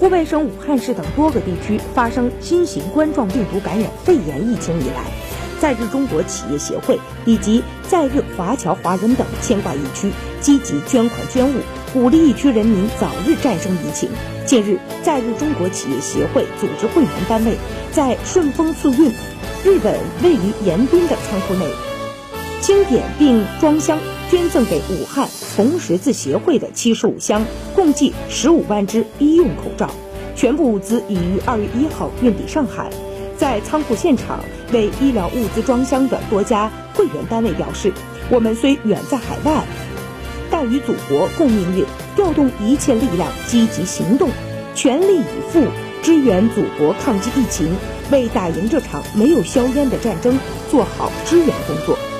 湖北省武汉市等多个地区发生新型冠状病毒感染肺炎疫情以来，在日中国企业协会以及在日华侨华人等牵挂疫区积极捐款捐物，鼓励疫区人民早日战胜疫情。近日，在日中国企业协会组织会员单位在顺丰速运日本位于延滨的仓库内清点并装箱，捐赠给武汉红十字协会的75箱，共计15万只医用口罩。全部物资已于2月1号运抵上海。在仓库现场为医疗物资装箱的多家会员单位表示，我们虽远在海外，但与祖国共命运，调动一切力量积极行动，全力以赴支援祖国抗击疫情，为打赢这场没有硝烟的战争做好支援工作。